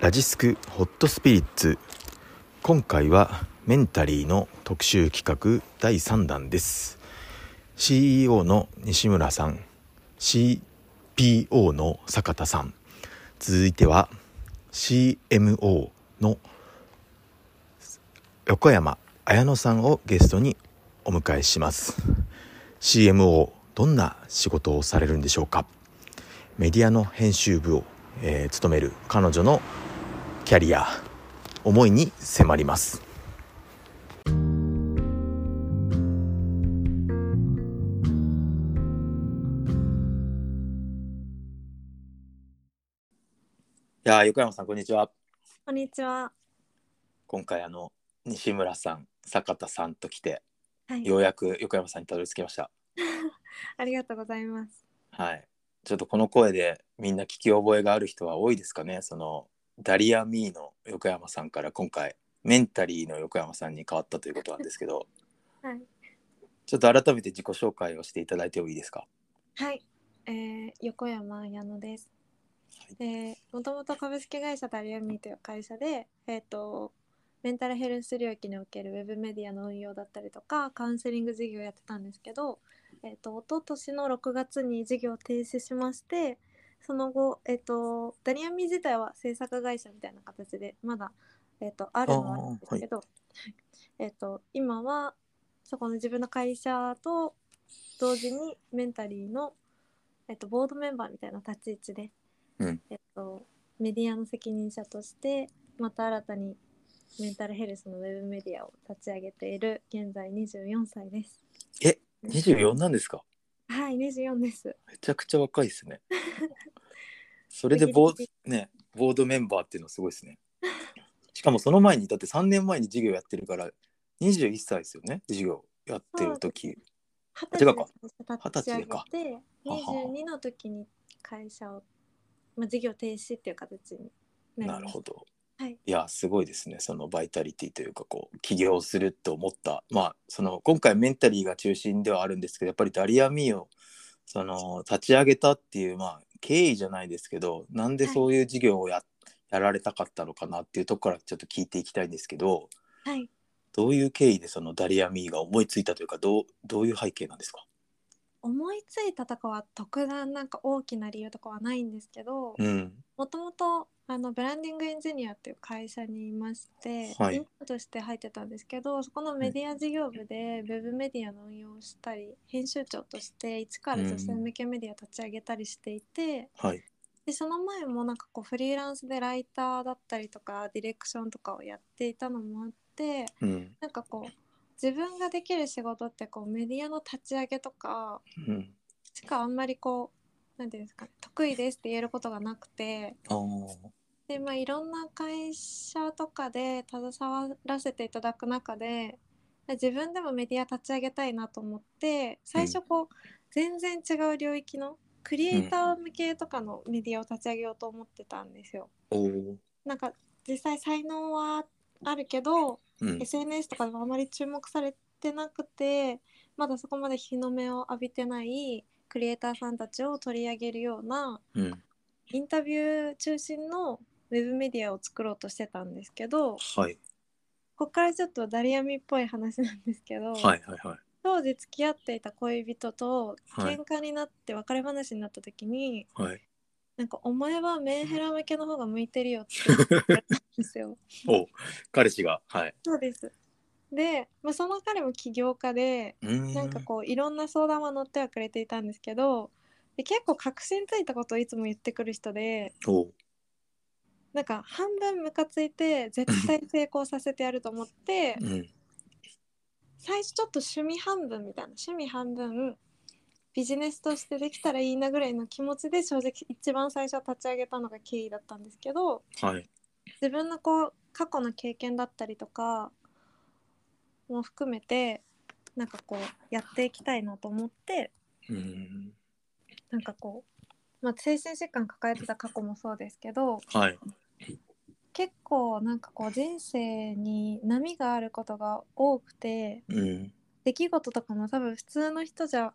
ラジスクホットスピリッツ。今回はメンタリーの特集企画第3弾です。 CEO の西村さん、 CPO の坂田さん、続いては CMO の横山綾乃さんをゲストにお迎えします。 CMO どんな仕事をされるんでしょうか。メディアの編集部を、務める彼女のキャリア、思いに迫ります。横山さん、こんにちは。 こんにちは。 今回西村さん、坂田さんと来て、 はい、 ようやく横山さんにたどり着きました。 ありがとうございます。 はい。ちょっとこの声でみんな聞き覚えがある人は多いですかね。そのダリアミーの横山さんから今回メンタリーの横山さんに変わったということなんですけど、 はい、 ちょっと改めて自己紹介をしていただいてもいいですか。 はい、横山綾乃です。もともと株式会社ダリアミーという会社で、メンタルヘルス領域におけるウェブメディアの運用だったりとかカウンセリング事業をやってたんですけど、一昨年の6月に事業を停止しまして、その後、ダリアミー自体は制作会社みたいな形でまだ、あるのはあるんですけど、今はそこの自分の会社と同時にメンタリーの、ボードメンバーみたいな立ち位置で、メディアの責任者としてまた新たにメンタルヘルスのウェブメディアを立ち上げている現在24歳です。 24なんですか。 はい、24です。 めちゃくちゃ若いですね。それでボードメンバーっていうのはすごいですね。しかもその前にだって3年前に授業やってるから21歳ですよね。授業やってる時。 20歳で立ち上げて、22の時に会社を、事業停止っていう形になりました。 なるほど。 はい、 いやすごいですね。そのバイタリティというか起業すると思った、その今回メンタリーが中心ではあるんですけど、やっぱりダリアミーを立ち上げたっていう経緯じゃないですけど、なんでそういう事業をやられたかったのかなっていうところからちょっと聞いていきたいんですけど、 はい、 どういう経緯でそのダリアミーが思いついたというか、どういう背景なんですか。 思いついたとかは特段なんか大きな理由とかはないんですけど、もともとブランディングエンジニアっていう会社にいまして、インターンとして入ってたんですけど、そこのメディア事業部でウェブメディアの運用をしたり、編集長として一から女性向けメディア立ち上げたりしていて、でその前もなんかフリーランスでライターだったりとかディレクションとかをやっていたのもあって、なんか自分ができる仕事ってメディアの立ち上げとかしかあんまりなんていうんですかね、得意ですって言えることがなくて、でいろんな会社とかで携わらせていただく中で、自分でもメディア立ち上げたいなと思って、最初全然違う領域のクリエイター向けとかのメディアを立ち上げようと思ってたんですよ。なんか実際才能はあるけど、SNS とかでもあまり注目されてなくて、まだそこまで日の目を浴びてないクリエイターさんたちを取り上げるような、インタビュー中心のウェブメディアを作ろうとしてたんですけど、ここからちょっとダリアミっぽい話なんですけど、当時付き合っていた恋人と喧嘩になって別れ話になった時に、なんかお前はメンヘラ向けの方が向いてるよって言ってたんですよ。 彼氏が。 そうです。で、その彼も起業家で、なんかいろんな相談は乗ってはくれていたんですけど、で結構確信ついたことをいつも言ってくる人で、なんか半分ムカついて絶対成功させてやると思って、最初ちょっと趣味半分みたいな、趣味半分ビジネスとしてできたらいいなぐらいの気持ちで正直一番最初立ち上げたのが経緯だったんですけど、自分の過去の経験だったりとかも含めてなんかやっていきたいなと思って、なんか精神疾患抱えてた過去もそうですけど、結構なんか人生に波があることが多くて、出来事とかも多分普通の人じゃ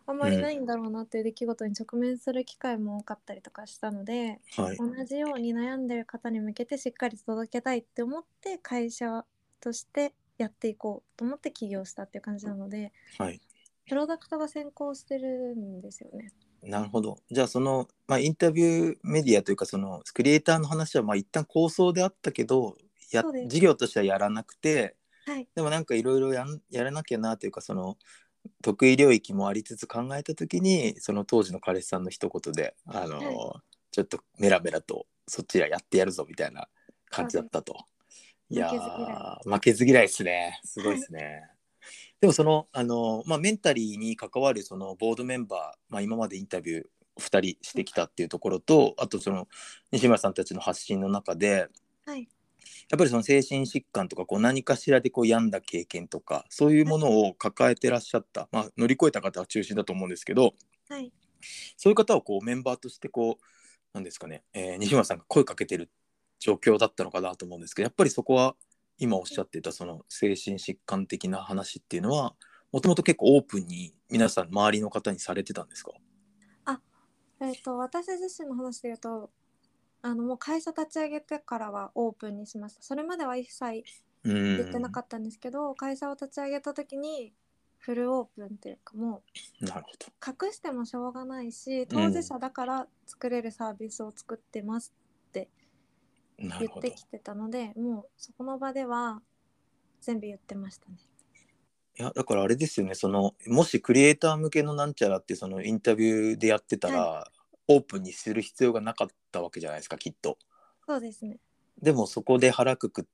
あんまりないんだろうなっていう出来事に直面する機会も多かったりとかしたので、 はい、 同じように悩んでる方に向けてしっかり届けたいって思って会社としてやっていこうと思って起業したっていう感じなので、 はい。 プロダクトが先行してるんですよね。 なるほど。じゃあその、インタビューメディアというかそのクリエイターの話は一旦構想であったけどそうです。 事業としてはやらなくて、 はい。 でもなんかいろいろやらなきゃなというかその得意領域もありつつ考えた時にその当時の彼氏さんの一言ではい、 ちょっとメラメラとそっちらやってやるぞみたいな感じだったと。いや負けず嫌い。 負けず嫌いですね。すごいはい。 ですね。でもそのメンタリーに関わるそのボードメンバー、今までインタビュー2人してきたっていうところと、あとその西村さんたちの発信の中ではい。 やっぱりその精神疾患とか何かしらで病んだ経験とかそういうものを抱えてらっしゃった、乗り越えた方は中心だと思うんですけど、 はい。 そういう方をメンバーとしてなんですかね、西村さんが声かけてる状況だったのかなと思うんですけど、やっぱりそこは今おっしゃっていたその精神疾患的な話っていうのはもともと結構オープンに皆さん周りの方にされてたんですか？ あ、私自身の話で言うと、もう会社立ち上げてからはオープンにしました。それまでは一切言ってなかったんですけど、会社を立ち上げた時にフルオープンっていうか、もなるほう隠してもしょうがないし、 ど。 当事者だから作れるサービスを作ってますってなるほど。 言ってきてたので、もうそこの場では全部言ってましたね。 いやだからあれですよね、そのもしクリエイター向けのなんちゃらってそのインタビューでやってたはい。 らオープンにする必要がなかったわけじゃないですか、きっと。 そうですね。 でもそこで腹くくって、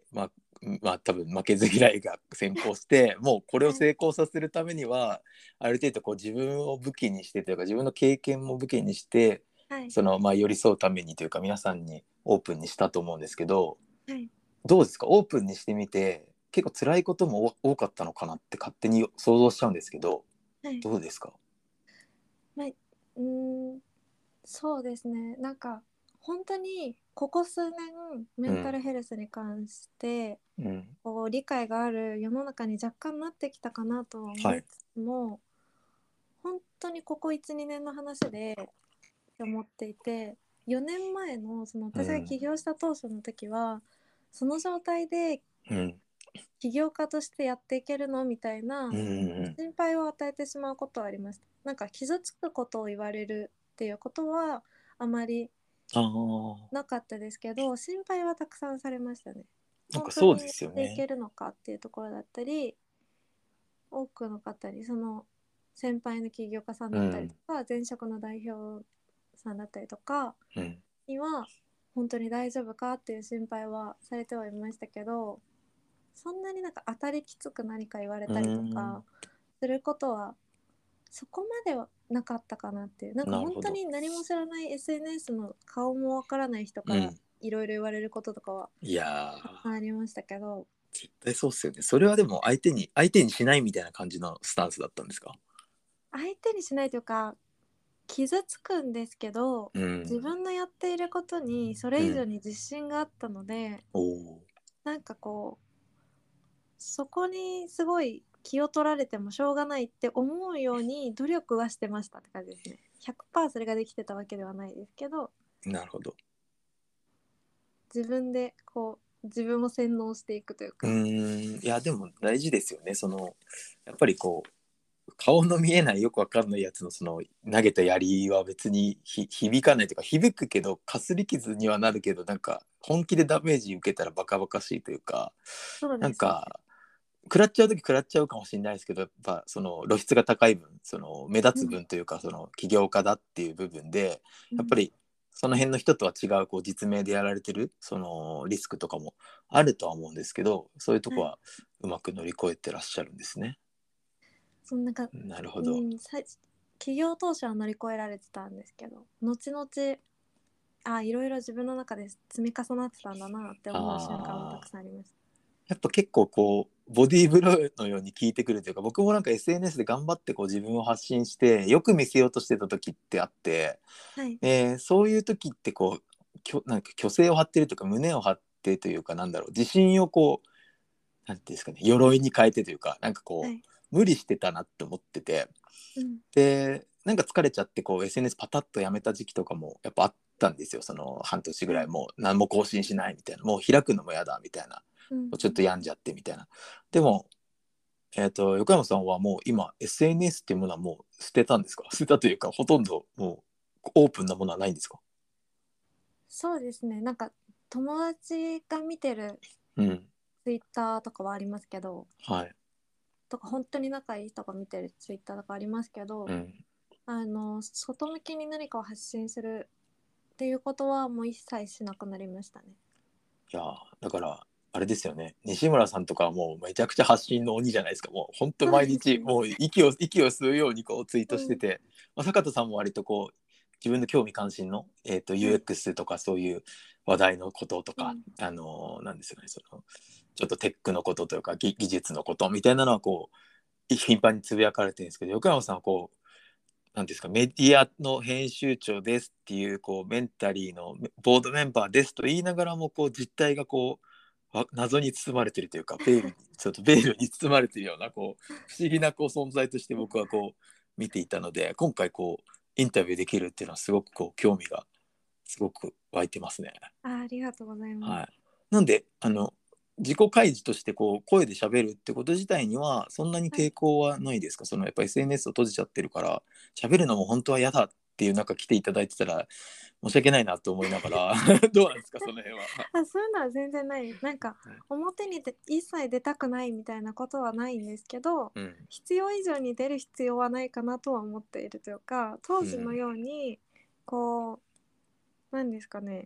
多分負けず嫌いが先行してもうこれをはい。 成功させるためにはある程度自分を武器にしてというか自分の経験も武器にしてはい。 その寄り添うためにというか皆さんにオープンにしたと思うんですけど、 はい。 どうですか、オープンにしてみて結構辛いことも多かったのかなって勝手に想像しちゃうんですけど、 はい。 どうですか？ まあ、うーん、そうですね。なんか本当にここ数年メンタルうんヘルスに関してうんこう理解がある世の中に若干なってきたかなとははい。 思いつつも、本当にここ1、2年の話でって思っていて、4年前のその私がうん起業した当初の時はその状態でうん起業家としてやっていけるのみたいなうんうん心配を与えてしまうことはありました。なんか傷つくことを言われるっていうことはあまりああ、 なかったですけど、心配はたくさんされましたね。 なんか本当にやっそうですよね。 ていけるのかっていうところだったり、多くの方にその先輩の起業家さんだったりとうんか前職の代表さんだったりとかうんには本当に大丈夫かっていう心配はされてはいましたけど、そんなになんか当たりきつく何か言われうたりとん。 かすることはそこまではなかったかなっていう。なんか本当なるほど。 に何も知らない SNS の顔もわからない人からうん。 いろいろ言われることとかはいやたくさんありましたけど、 絶対そうっすよね。それはでも相手にしないみたいな感じのスタンスだったんですか？ 相手にしないというか傷つくんですけど、自うん。 分のやっていることにそれ以上うん。 に自信があったので、 おお。 なんかこうそこにすごい気を取られてもしょうがないって思うように努力はしてましたって感じですね。100%それができてたわけではないですけど、 なるほど。 自分でこう自分を洗脳していくというか。 いやでも大事ですよね。そのやっぱり顔の見えないよくわかんないやつのその投げた槍は別に響かないというか響くけどかすり傷にはなるけどなんか本気でダメージ受けたらバカバカしいというか、 そうですね。 なんか食らっちゃう時食らっちゃうかもしれないですけどやっぱその露出が高い分その目立つ分というかその起業家だっていう部分でうん、 やっぱりその辺の人とは違う実名でやられてるそのリスクとかもあるとは思うんですけど、そういうとはい。 こはうまく乗り越えてらっしゃるんですね。 そのなんか、 なるほど。 起業当初は乗り越えられてたんですけど、後々いろいろ自分の中で積み重なってたんだなって思う瞬間もたくああ、 さんありました。 やっぱ結構ボディーブローのように効いてくるというか、僕もなんか SNS で頑張って自分を発信してよく見せようとしてた時ってあって、 はい。 そういう時ってなんか虚勢を張ってるというか胸を張ってというかなんだろう自信をなんていうんですかね鎧に変えてというかなんかはい。 無理してたなって思ってて、でなんか疲れちゃってこう SNS パタッとやめた時期とかもやっぱあったんですよ。その半年ぐらいもう何も更新しないみたいな、もう開くのもやだみたいな、ちょっと病んじゃってみたいな。でも横山さんはもう今 SNS っていうものはもう捨てたんですか？捨てたというかほとんどもうオープンなものはないんですか？ そうですね、なんか友達が見てるツイッターとかはありますけど、 はい、 とか本当に仲いい人が見てるツイッターとかありますけど、外向きに何かを発信するっていうことはもう一切しなくなりましたね。 いやだからあれですよね、西村さんとかはもうめちゃくちゃ発信の鬼じゃないですか。もう本当毎日もう息を吸うようにこうツイートしてて、坂田さんも割とこう自分の興味関心の、UX とかそういう話題のこととか、なんですよね、そのちょっとテックのことというか技術のことみたいなのはこう頻繁につぶやかれてるんですけど、横山さんはこうなんですか、メディアの編集長ですっていう、こうメンタリーのボードメンバーですと言いながらもこう実態がこう謎に包まれてるというかちょっとベールに包まれてるようなこう不思議なこう存在として僕はこう見ていたので、今回こうインタビューできるっていうのはすごくこう興味がすごく湧いてますね。 ありがとうございます。 はい、なんで自己開示としてこう声で喋るってこと自体にはそんなに抵抗はないですか？そのやっぱり SNS を閉じちゃってるから喋るのも本当は嫌だっていう中来ていただいてたら申し訳ないなと思いながらどうなんですかその辺は。 そういうのは全然ない。なんか表に一切出たくないみたいなことはないんですけど、必要以上に出る必要はないかなとは思っているというか、当時のようにこう何ですかね、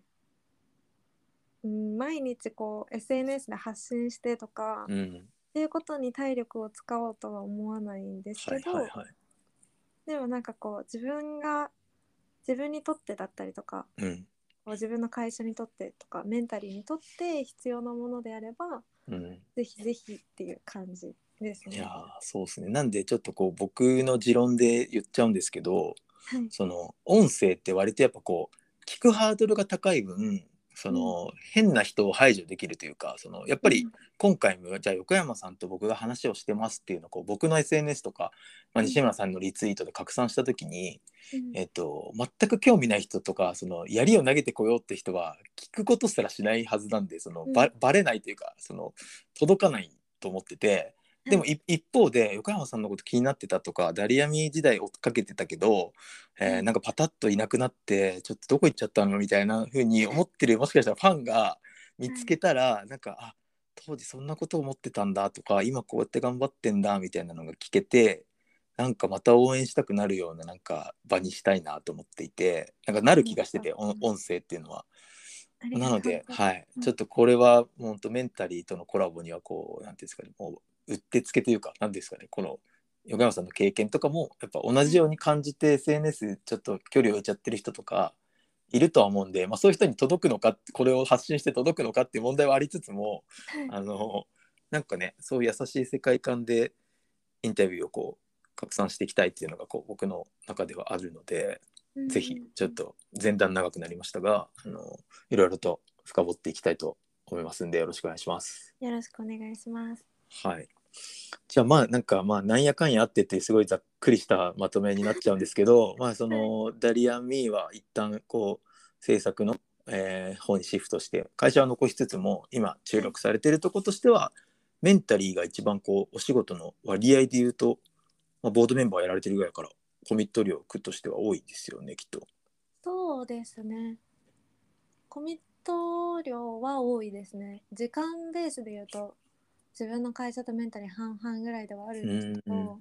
毎日こう SNS で発信してとか、っていうことに体力を使おうとは思わないんですけど、でもなんかこう自分にとってだったりとか、こう自分の会社にとってとかメンタリーにとって必要なものであれば、ぜひぜひっていう感じですね。 いやそうですね。なんでちょっとこう僕の持論で言っちゃうんですけど、その音声って割とやっぱこう聞くハードルが高い分その、変な人を排除できるというか、そのやっぱり今回もじゃあ横山さんと僕が話をしてますっていうのをこう僕の SNS とか、西村さんのリツイートで拡散した時に、全く興味ない人とかその槍を投げてこようって人は聞くことすらしないはずなんで、そのバレないというかその届かないと思ってて。でも一方で横山さんのこと気になってたとかダリアミ時代追っかけてたけど、なんかパタッといなくなってちょっとどこ行っちゃったのみたいな風に思ってるもしかしたらファンが見つけたら、なんか当時そんなこと思ってたんだとか今こうやって頑張ってんだみたいなのが聞けて、なんかまた応援したくなるようななんか場にしたいなと思っていて、なんかなる気がしてて、音声っていうのは。なので、はい、ちょっとこれは本当メンタリーとのコラボにはこうなんていうんですかね、もううってつけというかなんですかね、この横山さんの経験とかもやっぱ同じように感じて SNS ちょっと距離を置いちゃってる人とかいるとは思うんで、そういう人に届くのか、これを発信して届くのかっていう問題はありつつも、なんかね、そういう優しい世界観でインタビューをこう拡散していきたいっていうのがこう僕の中ではあるので、ぜひちょっと前段長くなりましたがいろいろと深掘っていきたいと思いますんでよろしくお願いします。 よろしくお願いします。 はい。じゃあなんかなんやかんやあってってすごいざっくりしたまとめになっちゃうんですけどそのダリアン・ミーは一旦こう制作の、方にシフトして会社は残しつつも今注力されているところとしては、メンタリーが一番こうお仕事の割合で言うと、ボードメンバーやられてるぐらいからコミット量としては多いですよねきっと。 そうですね、コミット量は多いですね。時間ベースで言うと自分の会社とメンタリー半々ぐらいではあるんですけど、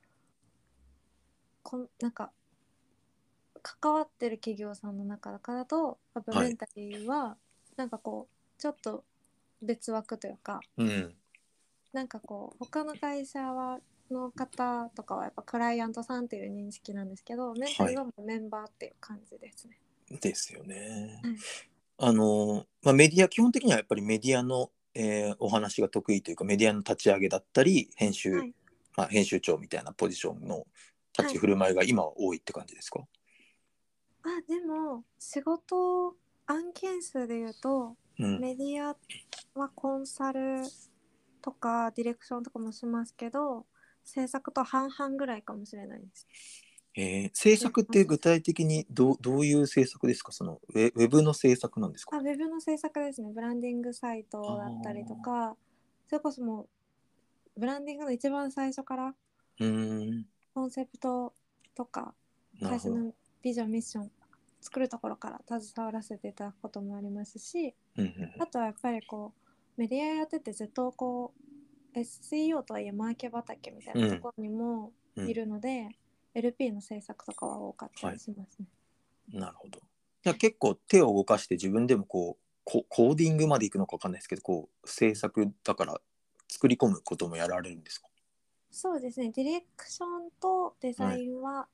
なんか関わってる企業さんの中だからとやっぱメンタリーはなんかこうちょっと別枠というか、なんかこう他の会社の方とかはやっぱクライアントさんっていう認識なんですけど、メンタリーはもうメンバーっていう感じですね。 ですよね。メディア基本的にはやっぱりメディアの、お話が得意というかメディアの立ち上げだったり編集、編集長みたいなポジションの立ち振る舞いが今は多いって感じですか？ でも仕事案件数で言うと、メディアはコンサルとかディレクションとかもしますけど、 制作と半々ぐらいかもしれないです。 制作って具体的にどういう制作ですか？そのウェブの制作なんですか？ ウェブの制作ですね。ブランディングサイトだったりとか、それこそもうブランディングの一番最初からコンセプトとか会社のビジョンミッション作るところから携わらせていただくこともありますし、あとはやっぱりこうメディアやっててずっとこう SEO とはいえマーケ畑みたいなところにもいるので、LP の制作とかは多かったりしますね。 なるほど。じゃあ結構手を動かして自分でもこうコーディングまでいくのか分かんないですけど、こう制作だから作り込むこともやられるんですか？ そうですね。ディレクションとデザインは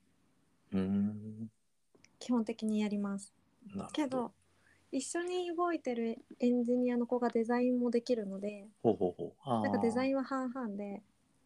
基本的にやります。けど一緒に動いてるエンジニアの子がデザインもできるので、なんかデザインは半々で、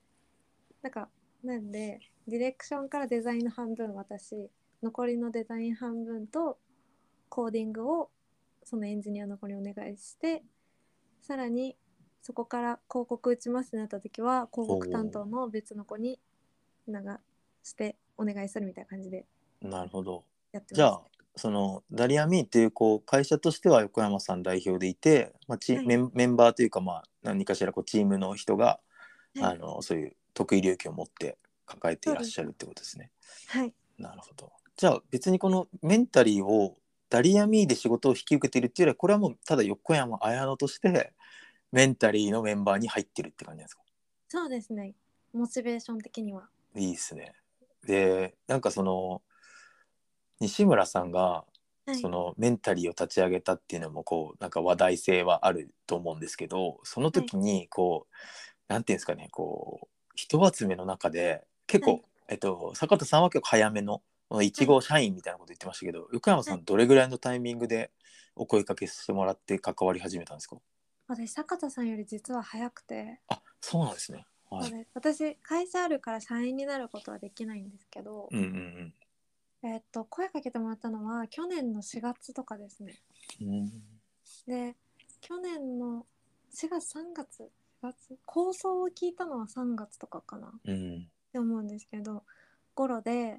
なんでディレクションからデザインの半分私、残りのデザイン半分とコーディングをそのエンジニアの子にお願いして、さらにそこから広告打ちますってなった時は広告担当の別の子に流してお願いするみたいな感じでやってます。 なるほど。じゃあそのダリアミーっていうこう会社としては横山さん代表でいて、メンバーというか何かしらこうチームの人が、そういう得意領域を持って抱えていらっしゃるってことですね。 はい。 なるほど。じゃあ別にこのメンタリーをダリアミーで仕事を引き受けているっていうよりは、これはもうただ横山綾乃としてメンタリーのメンバーに入ってるって感じなんですか？ そうですね。モチベーション的には。 いいですね。で、なんかその西村さんがそのメンタリーを立ち上げたっていうのもこうなんか話題性はあると思うんですけど、その時にこう、なんていうんですかね、こう人集めの中で結構、坂田さんは結構早めの1号社員みたいなこと言ってましたけど、横山さんどれぐらいのタイミングでお声かけしてもらって関わり始めたんですか？ 私坂田さんより実は早くて。 あ、そうなんですね。 そうです。私会社あるから社員になることはできないんですけど、声かけてもらったのは去年の4月とかですね。で去年の4月3月4月構想を聞いたのは3月とかかな、って思うんですけど頃で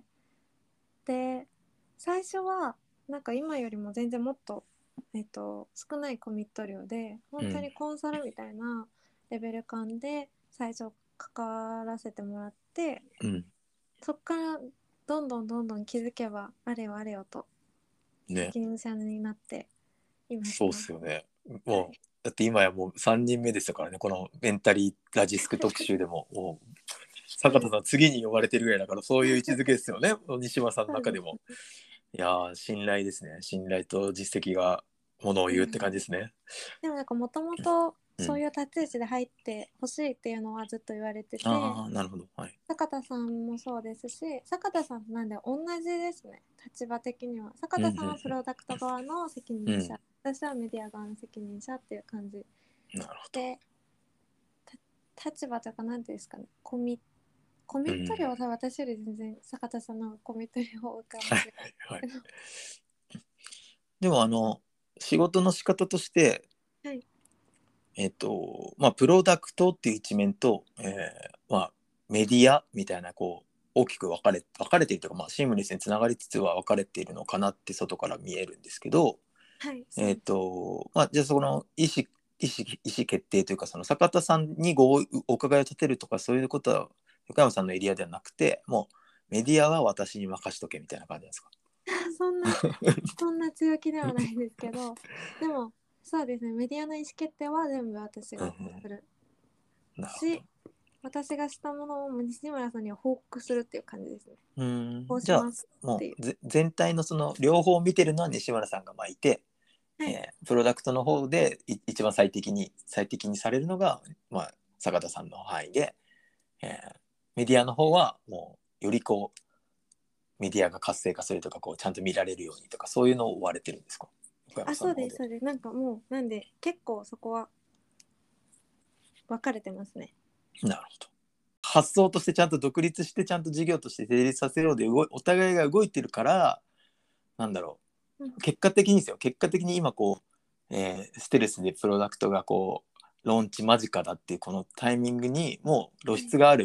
最初はなんか今よりも全然もっと、少ないコミット量で本当にコンサルみたいなレベル感で最初関わらせてもらって、そっからどんどん気づけばあれよあれよと責任者になっていますね。 そうっすよね。もうだって今やもう3人目ですからね、このメンタリーラジスク特集でももう坂田さん次に呼ばれてるぐらいだから、そういう位置づけですよね西村さんの中でも。いや信頼ですね。信頼と実績がものを言うって感じですね。 でもなんかもともとそういう立ち位置で入ってほしいっていうのはずっと言われてて、 なるほど、はい、 坂田さんもそうですし、坂田さんなんで同じですね、立場的には。坂田さんはプロダクト側の責任者、私はメディア側の責任者っていう感じで、立場とか何ていうんですかね、コミット量は私より全然坂田さんのコミット量多いかもしれないけど、 でも仕事の仕方として、 はい、 プロダクトっていう一面と、メディアみたいなこう大きく分かれているというか、シームレスにつながりつつは分かれているのかなって外から見えるんですけど、 はい、 じゃあその意思決定というか、その坂田さんにお伺いを立てるとかそういうことは横山さんのエリアではなくて、もうメディアは私に任しとけみたいな感じなんですか？ そんな強気ではないですけど、でもそうですね、メディアの意思決定は全部私がするし、私がしたものを西村さんには報告するっていう感じですね。 じゃあもう全体のその両方を見てるのは西村さんがいて、プロダクトの方で一番最適にされるのが、坂田さんの範囲で、メディアの方はもうよりこうメディアが活性化するとか、こうちゃんと見られるようにとか、そういうのを追われてるんですか？ そうですそうです。なんかもうなんで結構そこは分かれてますね。 なるほど。発想としてちゃんと独立してちゃんと事業として成立させようでお互いが動いてるから、なんだろう、結果的に今こう、ステルスでプロダクトがこうローンチ間近だっていうこのタイミングにもう露出がある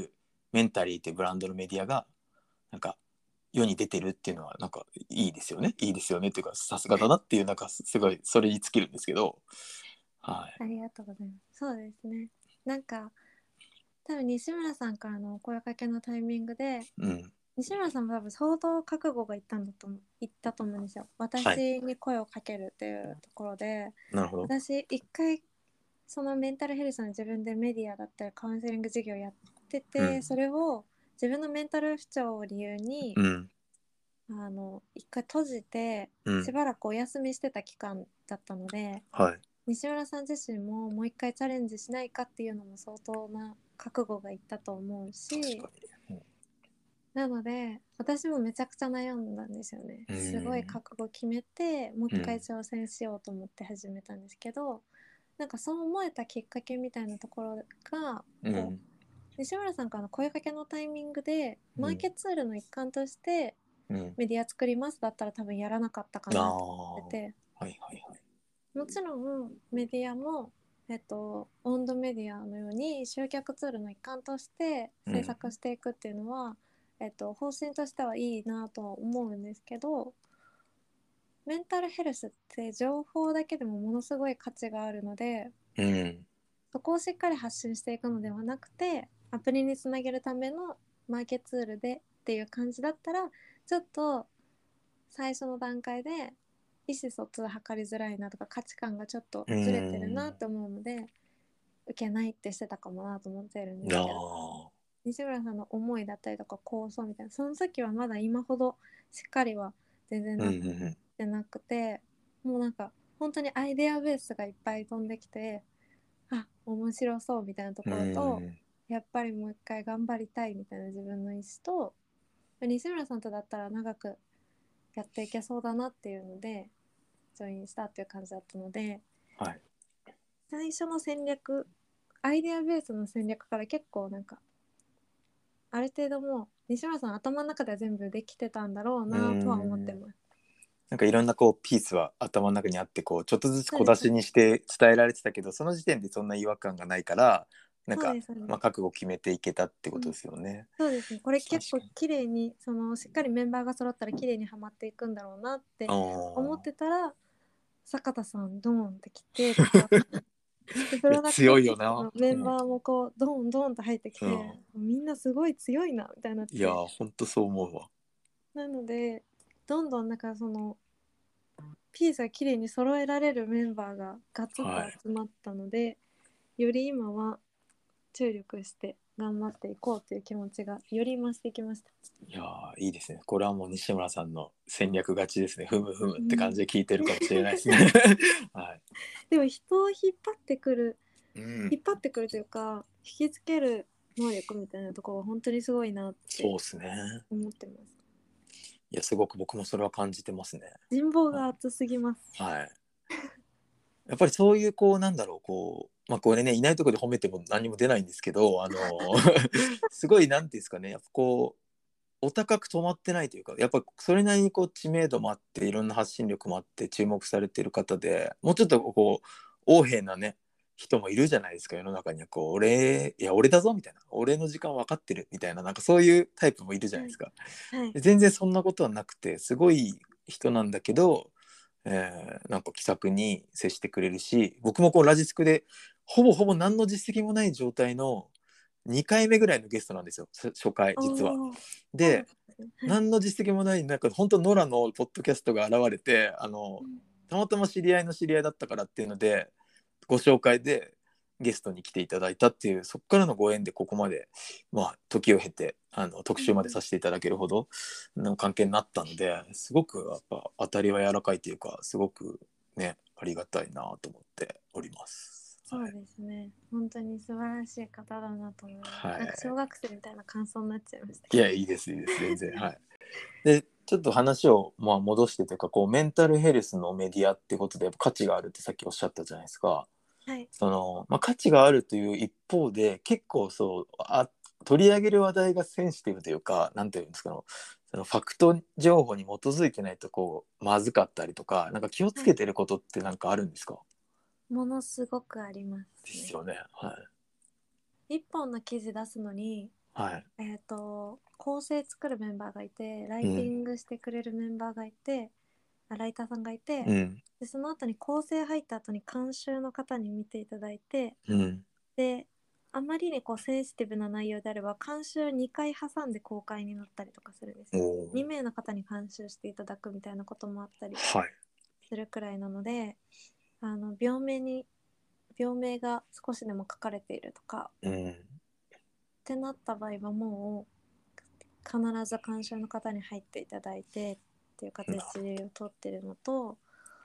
メンタリーっていうブランドのメディアがなんか世に出てるっていうのはなんかいいですよね。いいですよねっていうかさすがだなっていうなんかすごいそれに尽きるんですけど、はい。 ありがとうございます。そうですね。なんか多分西村さんからの声かけのタイミングで、 うん、 西村さんも多分相当覚悟がいったと思うんですよ。 はい。 私に声をかけるっていうところで、 なるほど。 私一回そのメンタルヘルスの自分でメディアだったりカウンセリング事業やってて、 うん、 それを自分のメンタル不調を理由にうん、 一回閉じてうん、 しばらくお休みしてた期間だったので、 はい。 西村さん自身ももう一回チャレンジしないかっていうのも相当な覚悟がいったと思うし、 確かに。 なので私もめちゃくちゃ悩んだんですよね。 うん、 すごい覚悟決めてもううん、 一回挑戦しようと思って始めたんですけど、なんかそう思えたきっかけみたいなところがこうん、 う西村さんからの声かけのタイミングでマーうん、 ケツールの一環としてうん。 メディア作りますだったら多分やらなかったかあなと思ってあ、 て、 はいはいはい。 もちろんメディアもオンドメディアのように集客ツールの一環として制うん、 作していくっていうのは、方針としてはいいなとは思うんですけど、メンタルヘルスって情報だけでもものすごい価値があるので、 うん、 そこをしっかり発信していくのではなくてアプリにつなげるためのマーケツールでっていう感じだったら、ちょっと最初の段階で意思疎通図りづらいなとか価値観がちょっとうずれてるなん。 って思うので受けないってしてたかもなと思ってるんであすけど、 あ、 西村さんの思いだったりとか構想みたいな、その時はまだ今ほどしっかりは全然うん、うなっん、 てなくて、もうなんか本当にアイデアベースがいっぱい飛んできて、あ、面白そうみたいなとうころと、 ん、 やっぱりもう一回頑張りたいみたいな自分の意思と、西村さんとだったら長くやっていけそうだなっていうのでジョインしたっていう感じだったので、 はい。 最初の戦略、アイデアベースの戦略から結構なんかある程度もう西村さん頭の中では全部できてたんだろううなとは思ってん。 ます。 なんかいろんなこうピースは頭の中にあってこうちょっとずつそうです小出しにして伝えられてたけど、その時点でそんな違和感がないからなんか、 そうですそうです、 まあ、覚悟を決めていけたってことうん、 ですよね。 そうですね。これ結構確かに。 綺麗にしっかりメンバーが揃ったら綺麗にはまっていくんだろうなってあ思ってあ。 たら、坂田さんドーンって来てとか、でプいやロダクトチー強いよな。 ムのメうん。 ンバーもこうドーンドーンと入ってきうん、 て、みんなすごい強いなみたいになっいやて、 ほんとそう思うわ。 なのでどんどんなんかピースが綺麗に揃えられるメンバーがガツッとはい。 集まったので、より今は注力して頑張っていこうという気持ちがより増してきました。 いやいいですね。これはもう西村さんの戦略勝ちですね。ふむふむって感うん、 じで聞いてるかもしれないですね。はい。 でも人をうん。 引っ張ってくるというか引きつける能力みたいなところは本当にすごいなってそうですね。 思ってます。 いやすごく僕もそれは感じてますね。 人望が厚すぎます。 はい。やっぱりそういうこうなんだろうこうまあこれねいないところで褒めても何も出ないんですけどすごいなんていうんですかねやっぱこうお高く止まってないというかやっぱそれなりにこう知名度もあっていろんな発信力もあって注目されてる方でもうちょっとこう横柄なね人もいるじゃないですか世の中にはこう俺だぞみたいな俺の時間分かってるみたいななんかそういうタイプもいるじゃないですか。 はい、 で全然そんなことはなくてすごい人なんだけどなんか気さくに接してくれるし僕もこうラジスクでほぼほぼ何の実績もない状態の2回目ぐらいのゲストなんですよ初回実は。 おー、そうなんでですね。はい、 何の実績もないなんか本当ノラのポッドキャストが現れてうん、 たまたま知り合いの知り合いだったからっていうのでご紹介でゲストに来ていただいたっていうそこからのご縁でここまで、まあ、時を経て特集までさせていただけるほどの関係になったのですごくやっぱ当たりは柔らかいというかすごくねありがたいなと思っております。 そうですね。本当に素晴らしい方だなと思います。 はなんか小い、 学生みたいな感想になっちゃいましたいやけど。 いいですいいです全然はい。でちょっと話をまあ戻してというかこうメンタルヘルスのメディアってことでやっぱ価値があるってさっきおっしゃったじゃないですか。 はい。 まあ、価値があるという一方で結構取り上げる話題がセンシティブというかなんていうんですかそのファクト情報に基づいてないとこうまずかったりとかなんか気をつはい。 けてることってなんかあるんですか？ ものすごくありますね。 ですよね。は一本の記事出すのにはい。 構成作るメンバーがいて、ライティングしてくれるメンバーがいて、ライターさんがいて、でその後に構成入った後に監修の方に見ていただいて、であまりにこうセンシティブな内容であれば監修2回挟んで公開になったりとかするんですよ。2名の方に監修していただくみたいなこともあったりするくらいなので、病名が少しでも書かれているとか、ってなった場合はもう必ず監修の方に入っていただいてっていう形をとってるのと、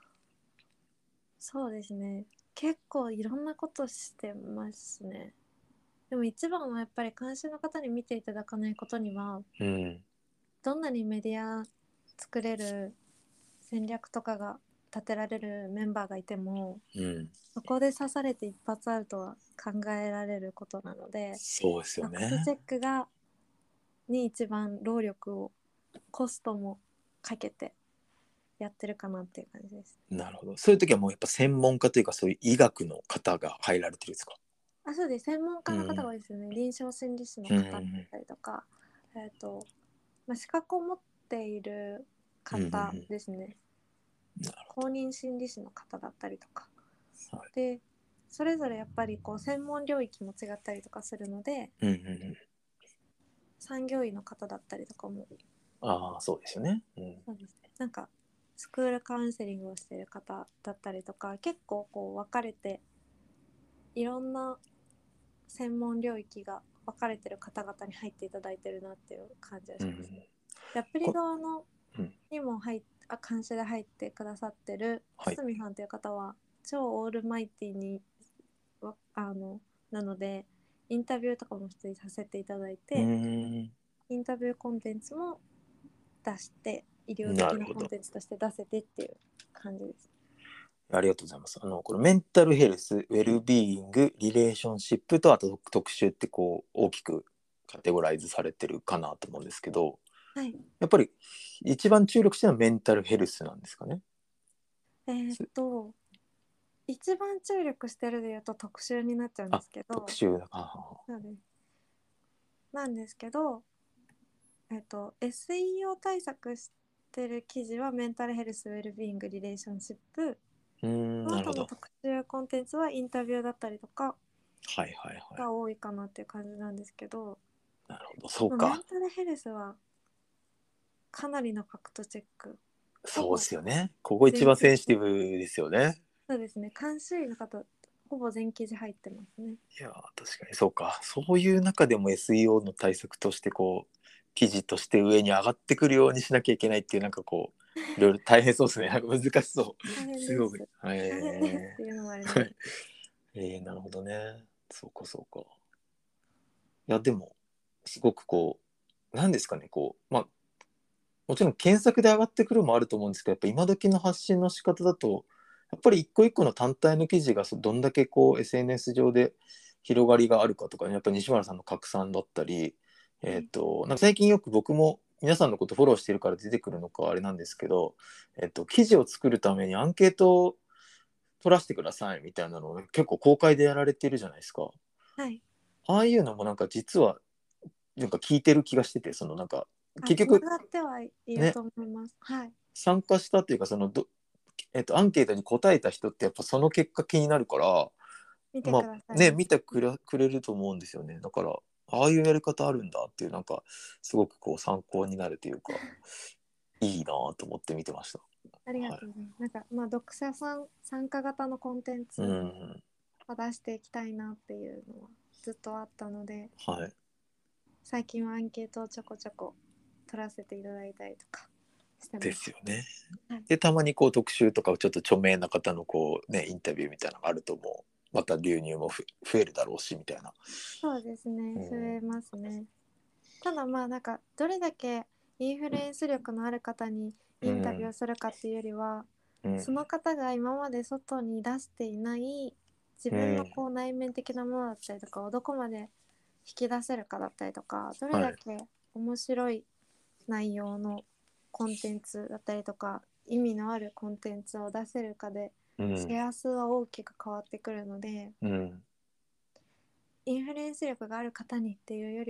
そうですね、結構いろんなことしてますね。でも一番はやっぱり監修の方に見ていただかないことには、どんなにメディア作れる戦略とかが立てられるメンバーがいても、そこで刺されて一発アウトは考えられることなので、 そうですよね。 ファクトチェックに一番労力をコストもかけてやってるかなっていう感じです。 なるほど。そういう時はもうやっぱ専門家というかそういう医学の方が入られてるんですか？ そうです。専門家の方が多いですよね。臨床心理士の方だったりとか、資格を持っている方ですね。公認心理師の方だったりとか、でそれぞれやっぱりこう専門領域も違ったりとかするので、産業医の方だったりとかも、 そうですよね。 そうですね、なんかスクールカウンセリングをしている方だったりとか、結構こう分かれていろんな専門領域が分かれてる方々に入っていただいてるなっていう感じがします。でアプリ側のにも監修で入ってくださってる堤さんという方は超オールマイティになので、インタビューとかも出演させていただいて、インタビューコンテンツも出して、医療的なコンテンツとして出せてっていう感じです。 ありがとうございます。このメンタルヘルス、ウェルビーイング、リレーションシップとあと特集ってこう大きくカテゴライズされてるかなと思うんですけど、やっぱり一番注力してるのはメンタルヘルスなんですかね。 一番注力してるでいうと特集になっちゃうんですけど、 特集なんですけど、SEO 対策してる記事はメンタルヘルス、ウェルビーイング、リレーションシップ、その後の特集コンテンツはインタビューだったりとかが多いかなっていう感じなんですけど、 なるほど、そうか。 メンタルヘルスはかなりのファクトチェック。 そうですよね。ここ一番センシティブですよね。 そうですね。監修医の方、ほぼ全記事入ってますね。 いや確かにそうか。そういう中でも SEO の対策としてこう記事として上に上がってくるようにしなきゃいけないっていう、なんかこういろいろ大変そうですね。なんか難しそう。 大変です。 すごく。 大変ですっていうのもあれなんです。 なるほどね。そうかそうか。いやでもすごくこうなんですかね、こうもちろん検索で上がってくるもあると思うんですけど、やっぱ今時の発信の仕方だとやっぱり一個一個の単体の記事がどんだけこう SNS 上で広がりがあるかとか、ね、やっぱ西村さんの拡散だったり、なんか最近よく僕も皆さんのことフォローしてるから出てくるのかあれなんですけど、記事を作るためにアンケートを取らせてくださいみたいなのを結構公開でやられてるじゃないですか。 はい。 ああいうのもなんか実はなんか聞いてる気がしてて、そのなんか結局つながってはいると思います。はい。 参加したっていうかアンケートに答えた人ってやっぱその結果気になるから、 見てくださいね。 見てくれると思うんですよね。だからああいうやり方あるんだっていう、なんかすごくこう参考になるというかいいなと思って見てました。 ありがとうございます。なんか読者さん参加型のコンテンツを出していきたいなっていうのはずっとあったので、最近はアンケートをちょこちょこ取らせていただいたりとかしてます。 ですよね。でたまにこう特集とかちょっと著名な方のこうねインタビューみたいなのがあるともうまた流入も増えるだろうしみたいな。 そうですね、増えますね。ただなんかどれだけインフルエンス力のある方にインタビューをするかっていうよりは、その方が今まで外に出していない自分のこう内面的なものだったりとかをどこまで引き出せるかだったりとか、どれだけ面白い内容のコンテンツだったりとか意味のあるコンテンツを出せるかで、シェア数は大きく変わってくるので、インフルエンス力がある方にっていうよりは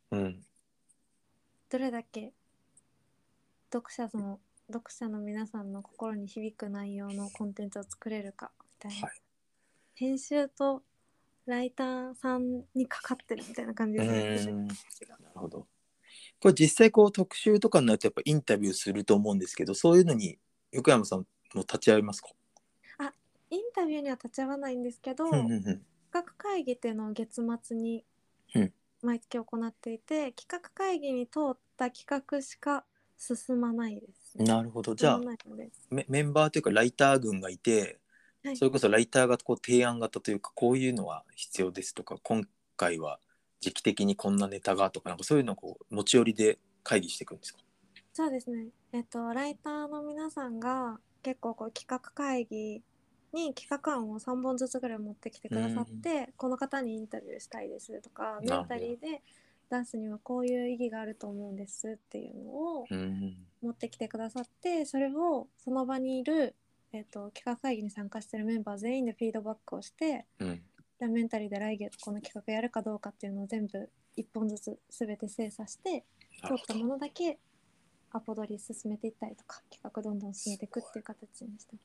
うん、 どれだけ読者の皆さんの心に響く内容のコンテンツを作れるかみたいな、 はい、 編集とライターさんにかかってるみたいな感じですね。 なるほど。これ実際こう特集とかになるとやっぱインタビューすると思うんですけど、そういうのに横山さんも立ち会いますか？ あ、インタビューには立ち会わないんですけど、 うんうんうん、 企画会議っていうのを月末にうん毎月行っていて、企画会議に通った企画しか進まないですね。 なるほど。じ進まゃあないので。 メンバーというかライター群がいて、 はい。 それこそライターがこう提案型というか、こういうのは必要ですとか、今回は時期的にこんなネタがとか、なんかそういうのをこう持ち寄りで会議していくんですか？ そうですね。ライターの皆さんが結構こう企画会議に企画案を3本ずつぐらい持ってきてくださって、この方にインタビューしたいですとか、メンタリーで出すにはこういう意義があると思うんですっていうのを持ってきてくださって、それをその場にいる、企画会議に参加しているメンバー全員でフィードバックをして、メンタリーで来月この企画やるかどうかっていうのを全部1本ずつ全て精査して、通ったものだけアポ取り進めていったりとか、企画どんどん進めていくっていう形にしてます。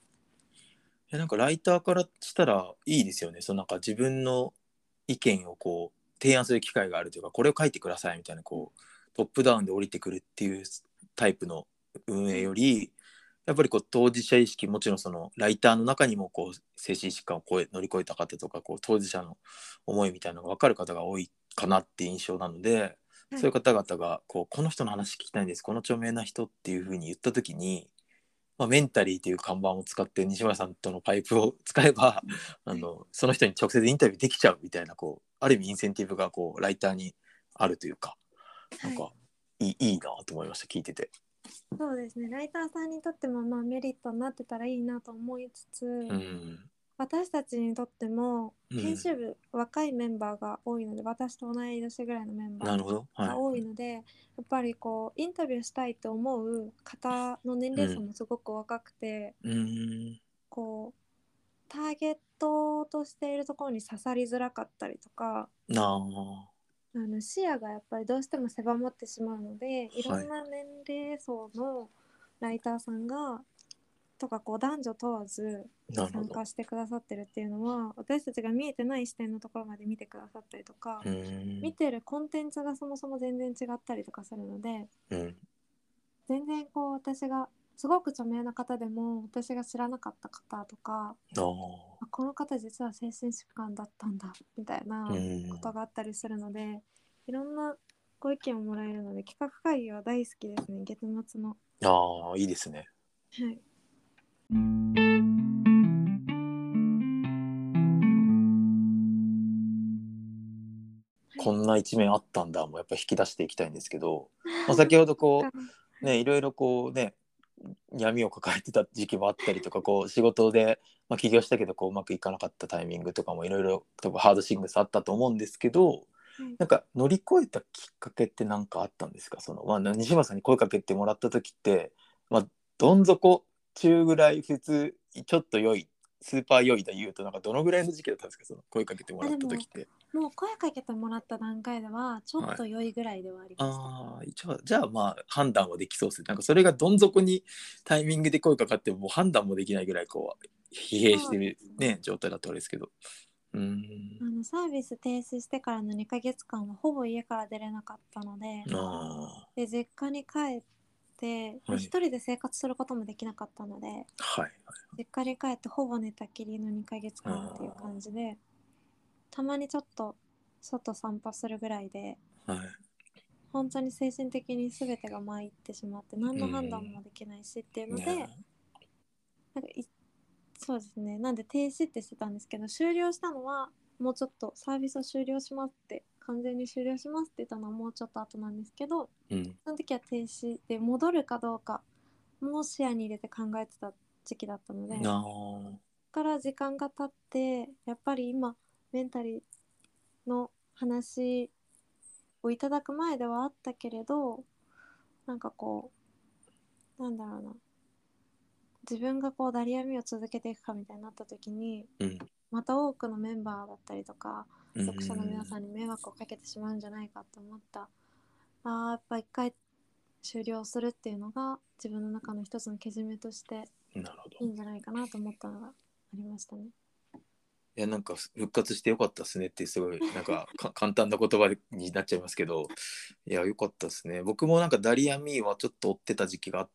なんかライターからしたらいいですよね。そのなんか自分の意見をこう提案する機会があるというか、これを書いてくださいみたいなこうトップダウンで降りてくるっていうタイプの運営より、やっぱりこう当事者意識、もちろんそのライターの中にもこう精神疾患を乗り越えた方とか、こう当事者の思いみたいなのが分かる方が多いかなっていう印象なので、そういう方々がこの人の話聞きたいんです、この著名な人っていうふうに言った時に、メンタリーという看板を使って西村さんとのパイプを使えばその人に直接インタビューできちゃうみたいな、こうある意味インセンティブがこうライターにあるというか、なんかいいなと思いました、聞いてて。 そうですね。ライターさんにとってもメリットになってたらいいなと思いつつ、私たちにとっても編集部、若いメンバーが多いので、私と同い年ぐらいのメンバーが多いので、やっぱりこうインタビューしたいと思う方の年齢層もすごく若くて、こうターゲットとしているところに刺さりづらかったりとか、視野がやっぱりどうしても狭まってしまうので、いろんな年齢層のライターさんがとかこう男女問わず参加してくださってるっていうのは、私たちが見えてない視点のところまで見てくださったりとか、見てるコンテンツがそもそも全然違ったりとかするので、全然こう私がすごく著名な方でも私が知らなかった方とか、この方実は精神疾患だったんだみたいなことがあったりするので、いろんなご意見をもらえるので企画会議は大好きですね、月末の。 いいですね。 はい。 こんな一面あったんだもやっぱ引き出していきたいんですけど、先ほどこうねいろいろこうね闇を抱えてた時期もあったりとか、こう仕事で、起業したけどこううまくいかなかったタイミングとかもいろいろハードシングスあったと思うんですけど、なんか乗り越えたきっかけって何かあったんですか？西村さんに声かけてもらった時って、どん底中ぐらい、普通ちょっと良いスーパー良いで言うと、なんかどのぐらいの時期だったんですか？その声かけてもらった時って。 もう声かけてもらった段階ではちょっと良いぐらいではありました。 じゃあ判断はできそうですね。なんかそれがどん底にタイミングで声かかってもう判断もできないぐらいこう疲弊してるね状態だったんですけど、 サービス停止してからの2ヶ月間はほぼ家から出れなかったので、実家に帰って一人で生活することもできなかったので、実家に帰ってほぼ寝たきりの2ヶ月間っていう感じで、たまにちょっと外散歩するぐらいで、本当に精神的に全てが参ってしまって、何の判断もできないしっていうので、なんかそうですね、なんで停止ってしてたんですけど、終了したのはもうちょっと、サービスを終了しますって、完全に終了しますって言ったのはもうちょっと後なんですけど、その時は停止で戻るかどうかも視野に入れて考えてた時期だったので、から時間が経ってやっぱり今メンタリーの話をいただく前ではあったけれど、なんかこうなんだろうな、自分がこうダリアミを続けていくかみたいになった時に、また多くのメンバーだったりとか読者の皆さんに迷惑をかけてしまうんじゃないかと思ったやっぱ一回終了するっていうのが自分の中の一つのけじめとしていいんじゃないかなと思ったのがありましたね。 いやなんか復活してよかったですねってすごいなんか簡単な言葉になっちゃいますけど、いやよかったですね。僕もなんかダリアミーはちょっと追ってた時期があって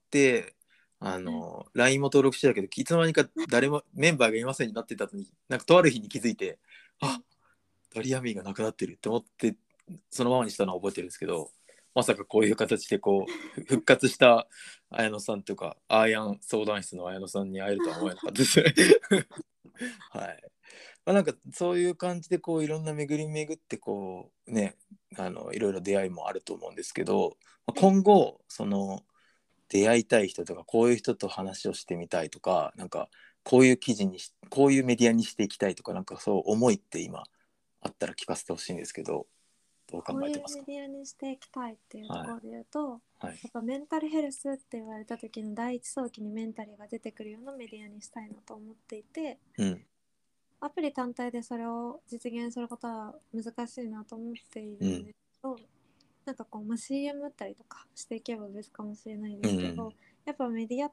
、LINE も登録してたけどいつの間にか誰もメンバーがいませんになってたのに、なんかとある日に気づいて、ダリアミーがなくなってるって思ってそのままにしたのは覚えてるんですけど、まさかこういう形でこう復活した綾野さんとかアーヤン相談室の綾野さんに会えるとは思えなかったですね。はい。なんかそういう感じでこういろんな巡り巡ってこうね、いろいろ出会いもあると思うんですけど、今後その出会いたい人とかこういう人と話をしてみたいとか、なんかこういう記事にこういうメディアにしていきたいとか、なんかそう思いって今あったら聞かせてほしいんですけど、どう考こういうえてますか？ メディアにしていきたいっていうところで言うと、 はい、 やっぱメンタルヘルスって言われた時の第一早期にメンタリーが出てくるようなメディアにしたいなと思っていて、 うん、 アプリ単体でそれを実現することは難しいなと思っているんですけど、なんかこう、CM 打ったりとかしていけば別かもしれないですけど、やっぱメディアって、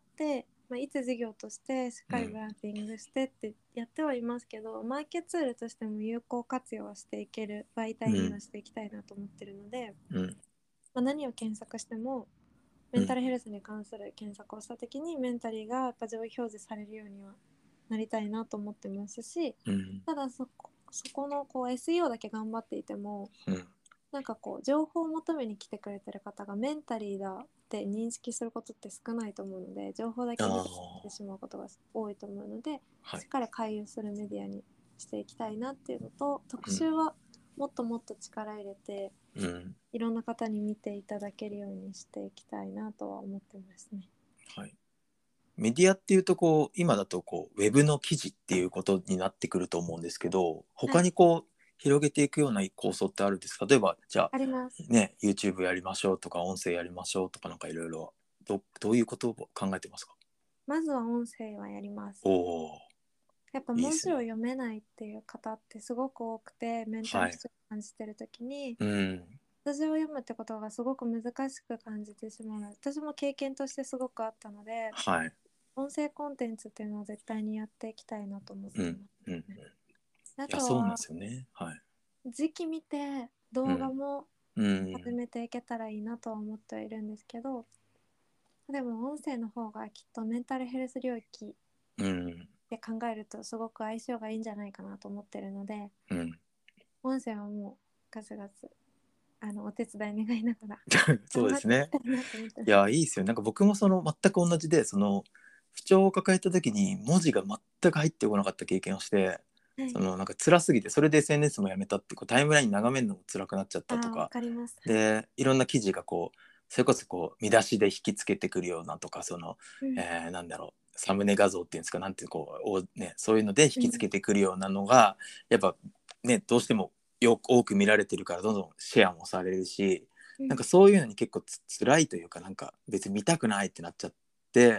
いつ事業としてしっかりブランディングしてってやってはいますけど、マーケツールとしても有効活用はしていける媒体にはしていきたいなと思ってるので、何を検索してもメンタルヘルスに関する検索をした時にメンタリーがやっぱ上位表示されるようにはなりたいなと思ってますし、ただそこのこう SEO だけ頑張っていても、なんかこう情報を求めに来てくれてる方がメンタリーだって認識することって少ないと思うので、情報だけ見てしまうことが多いと思うので、しっかり回遊するメディアにしていきたいなっていうのと、特集はもっともっと力入れて、いろんな方に見ていただけるようにしていきたいなとは思ってますね。 はい、メディアっていうとこう今だとこうウェブの記事っていうことになってくると思うんですけど、他にこう、広げていくような構想ってあるんですか？例えばじゃあります、 ね、YouTube やりましょうとか音声やりましょうとか、なんかいろいろどういうことを考えてますか？ まずは音声はやります。 おお、 やっぱ文字を読めないっていう方ってすごく多くて、メンタルストレス感じてる時に、数字を読むってことがすごく難しく感じてしまうので、私も経験としてすごくあったので、音声コンテンツっていうのを絶対にやっていきたいなと思ってます、あとはそうなんですよね。 時期見て動画も始めていけたらいいなとは思ってはいるんですけど、でも音声の方がきっとメンタルヘルス領域で考えるとすごく相性がいいんじゃないかなと思ってるので、音声はもうガツガツお手伝い願いながらそうですね。 頑張っていきたいなと思ってます。 いやいいですよ。なんか僕もその全く同じで、その不調を抱えた時に文字が全く入ってこなかった経験をして、そのなんか辛すぎて、それで SNS もやめたって、こうタイムライン眺めるのも辛くなっちゃったとか、 わかります。 でいろんな記事がこうそれこそこう見出しで引きつけてくるようなとか、その、なんだろう、サムネ画像っていうんですか、なんてこうね、そういうので引きつけてくるようなのが、やっぱねどうしても多く見られてるからどんどんシェアもされるし、なんかそういうのに結構辛いというか、なんか別に見たくないってなっちゃって、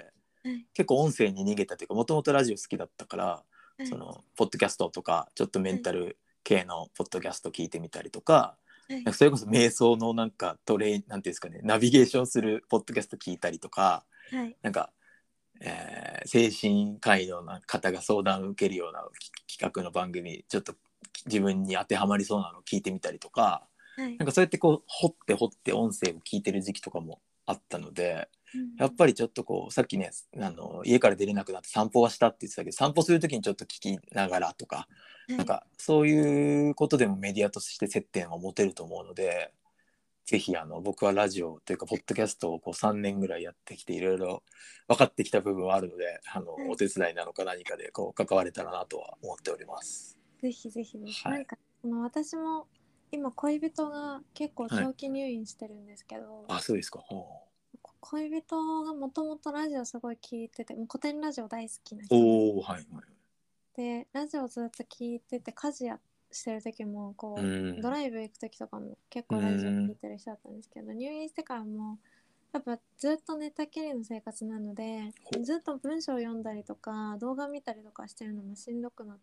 結構音声に逃げたというか、もともとラジオ好きだったから、そのポッドキャストとかちょっとメンタル系のポッドキャスト聞いてみたりとか、なんかそれこそ瞑想のなんかなんていうんですかね、ナビゲーションするポッドキャスト聞いたりとか、なんか、精神科医の方が相談を受けるような企画の番組、ちょっと自分に当てはまりそうなのを聞いてみたりとか、なんかそうやってこう掘って音声を聞いてる時期とかもあったので、やっぱりちょっとこうさっきね、家から出れなくなって散歩はしたって言ってたけど、散歩する時にちょっと聞きながらとか、なんかそういうことでもメディアとして接点は持てると思うので、ぜひ僕はラジオというかポッドキャストをこう3年ぐらいやってきていろいろ分かってきた部分はあるので、お手伝いなのか何かでこう関われたらなとは思っております。 ぜひぜひです。なんか私も今恋人が結構長期入院してるんですけど、 あ、そうですか。 恋人がもともとラジオすごい聞いてて、もう古典ラジオ大好きな人で、ラジオずっと聞いてて、家事してる時もこうドライブ行く時とかも結構ラジオ聞いてる人だったんですけど、入院してからもやっぱずっと寝たきりの生活なので、ずっと文章を読んだりとか動画見たりとかしてるのもしんどくなって、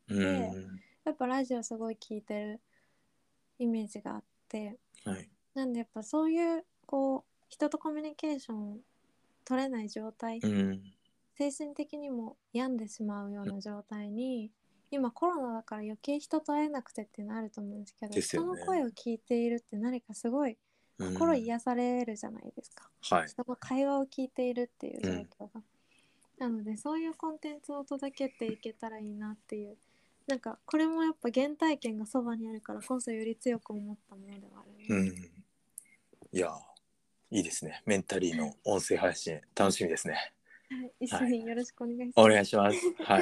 やっぱラジオすごい聞いてるイメージがあって、なんでやっぱそういうこう人とコミュニケーション取れない状態、精神的にも病んでしまうような状態に、今コロナだから余計人と会えなくてってなると思うんですけど、人の声を聞いているって何かすごい心癒されるじゃないですか、人の会話を聞いているっていう状況が、なのでそういうコンテンツを届けていけたらいいなっていう、なんかこれもやっぱ原体験がそばにあるからこそより強く思ったものではあるので、 いやいいですね。メンタリーの音声配信楽しみですね。 はい、一緒によろしくお願いします。 お願いします。はい。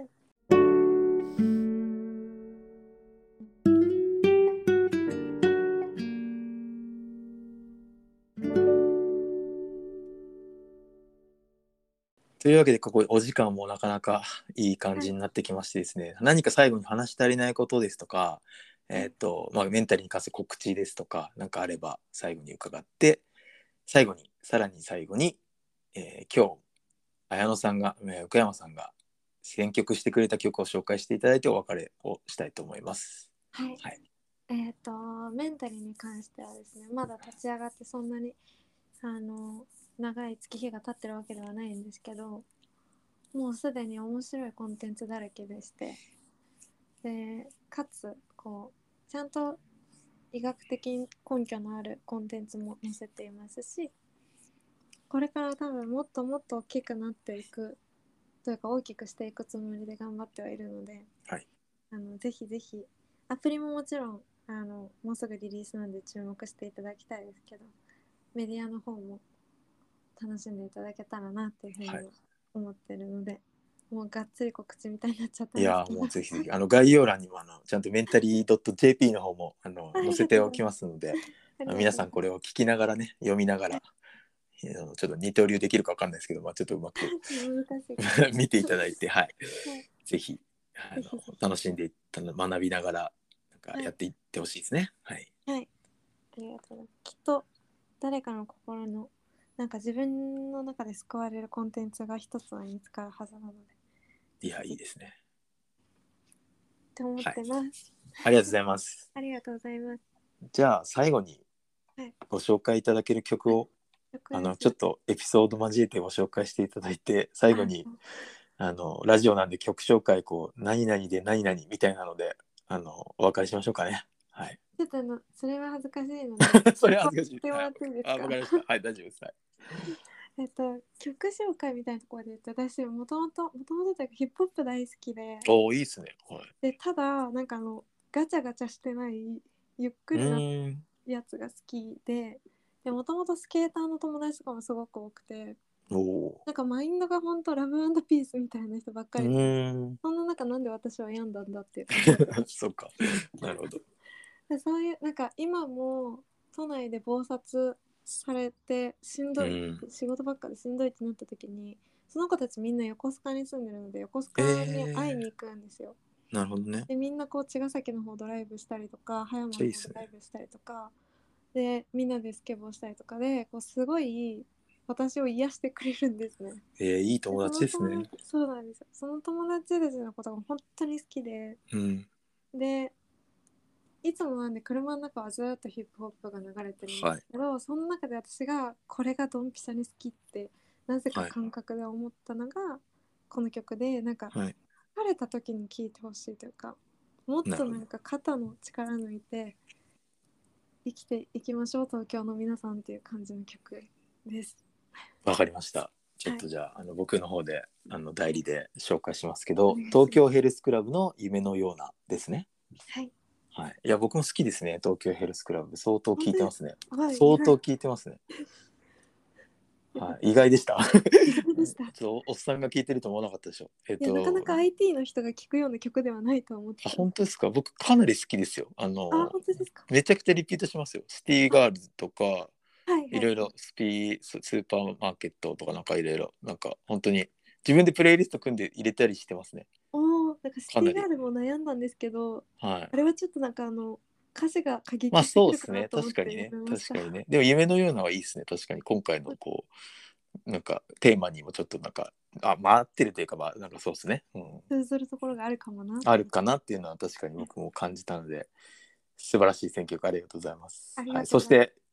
というわけでここお時間もなかなかいい感じになってきましてですね、何か最後に話し足りないことですとか、メンタリーに関する告知ですとか何かあれば最後に伺って、さらに最後に、今日綾野さんが奥山さんが選曲してくれた曲を紹介していただいてお別れをしたいと思います。 はい、はい、メンタリーに関してはですね、まだ立ち上がってそんなに長い月日が経ってるわけではないんですけど、もうすでに面白いコンテンツだらけでして、でかつこうちゃんと医学的根拠のあるコンテンツも載せていますし、これから多分もっともっと大きくなっていくというか大きくしていくつもりで頑張ってはいるので、 はい、 ぜひぜひアプリももちろんもうすぐリリースなんで注目していただきたいですけど、メディアの方も楽しんでいただけたらなっていうふうに思ってるので、もうがっつり告知みたいになっちゃったんですけど、 いやもうぜひぜひ概要欄にもちゃんとメンタリー .jp の方も載せておきますので皆さんこれを聞きながらね、読みながらちょっと二刀流できるか分かんないですけど、ちょっとうまく見ていただいて、はい、ぜひ楽しんで学びながらなんかやっていってほしいですね。はい、 はい、ありがとうございます。きっと誰かの心のなんか自分の中で救われるコンテンツが一つは見つかるはずなので、 いやいいですねって思ってます、 ありがとうございますありがとうございます。 じゃあ最後にご紹介いただける曲を、ちょっとエピソード交えてご紹介していただいて、最後にラジオなんで曲紹介何々で何々みたいなのでお別れしましょうかね。はい。 ちょっとそれは恥ずかしいのでそれは恥ずかしい。 ってもらっていいですか？ わかりました。はい、大丈夫です。はい曲紹介みたいなところで言うと、私もともとというかヒップホップ大好きで、 いいっすね。はい、 でただなんかガチャガチャしてないゆっくりなやつが好きで、もともとスケーターの友達とかもすごく多くて、なんかマインドが本当ラブ&ピースみたいな人ばっかりで、そんな中なんで私は病んだんだっていう感じでそうか、なるほど。 でそういうなんか今も都内で忙殺されてしんどい、仕事ばっかでしんどいってなった時に、その子たちみんな横須賀に住んでるので横須賀に会いに行くんですよ。 なるほどね。 でみんな茅ヶ崎の方ドライブしたりとか葉山の方ドライブしたりとかでみんなでスケボーしたりとかですごい私を癒してくれるんですね。 いい友達ですね。 そうなんですよ。その友達たちのことが本当に好きで、でいつもなんで車の中はずっとヒップホップが流れてるんですけど、その中で私がこれがドンピシャに好きってなぜか感覚で思ったのがこの曲で、なんか疲れた時に聴いてほしいというか、もっとなんか肩の力抜いて生きていきましょう東京の皆さんっていう感じの曲です。 わかりました。ちょっとじゃあ、僕の方で代理で紹介しますけど、東京ヘルスクラブの夢のようなですね。 はい。 はい、いや僕も好きですね。東京ヘルスクラブ相当聞いてますね。 相当聞いてますね。はい、意外でした。おっさんが聞いてると思わなかったでしょ。 なかなか IT の人が聞くような曲ではないと思ってた。 本当ですか？僕かなり好きですよ。 本当ですか？ めちゃくちゃリピートしますよ。シティガールズとか、いろいろスーパーマーケットとかなんかいろいろなんか本当に自分でプレイリスト組んで入れたりしてますね。 なんかシティガールも悩んだんですけど、あれはちょっとなんか歌詞が過激すぎるかなと思ってやめました。 確かにね。でも夢のようなはいいですね。確かに今回のなんかテーマにもちょっとなんか回ってるというかなんかそうですね。 通ずるところがあるかもな。 あるかなっていうのは確かに僕も感じたので、素晴らしい選曲ありがとうございます。はい、そして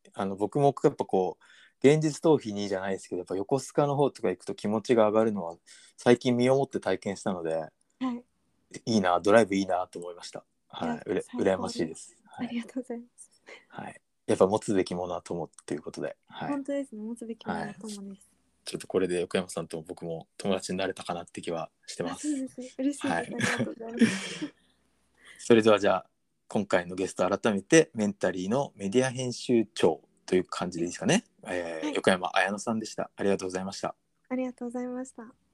僕もやっぱこう現実逃避にじゃないですけど、やっぱ横須賀の方とか行くと気持ちが上がるのは最近身をもって体験したので、 はい、 いいな、ドライブいいなと思いました。はい、羨ましいです。 はい、ありがとうございます。 はい、やっぱ持つべきものは友っていうことで、はい、 本当ですね、持つべきものは友です、はい。 ちょっとこれで横山さんと僕も友達になれたかなって気はしてます。 そうです、嬉しいです、はい、ありがとうございます。 それではじゃあ今回のゲスト改めてメンタリーのメディア編集長という感じでいいですかね、はい、横山綾乃さんでした。ありがとうございました。 ありがとうございました。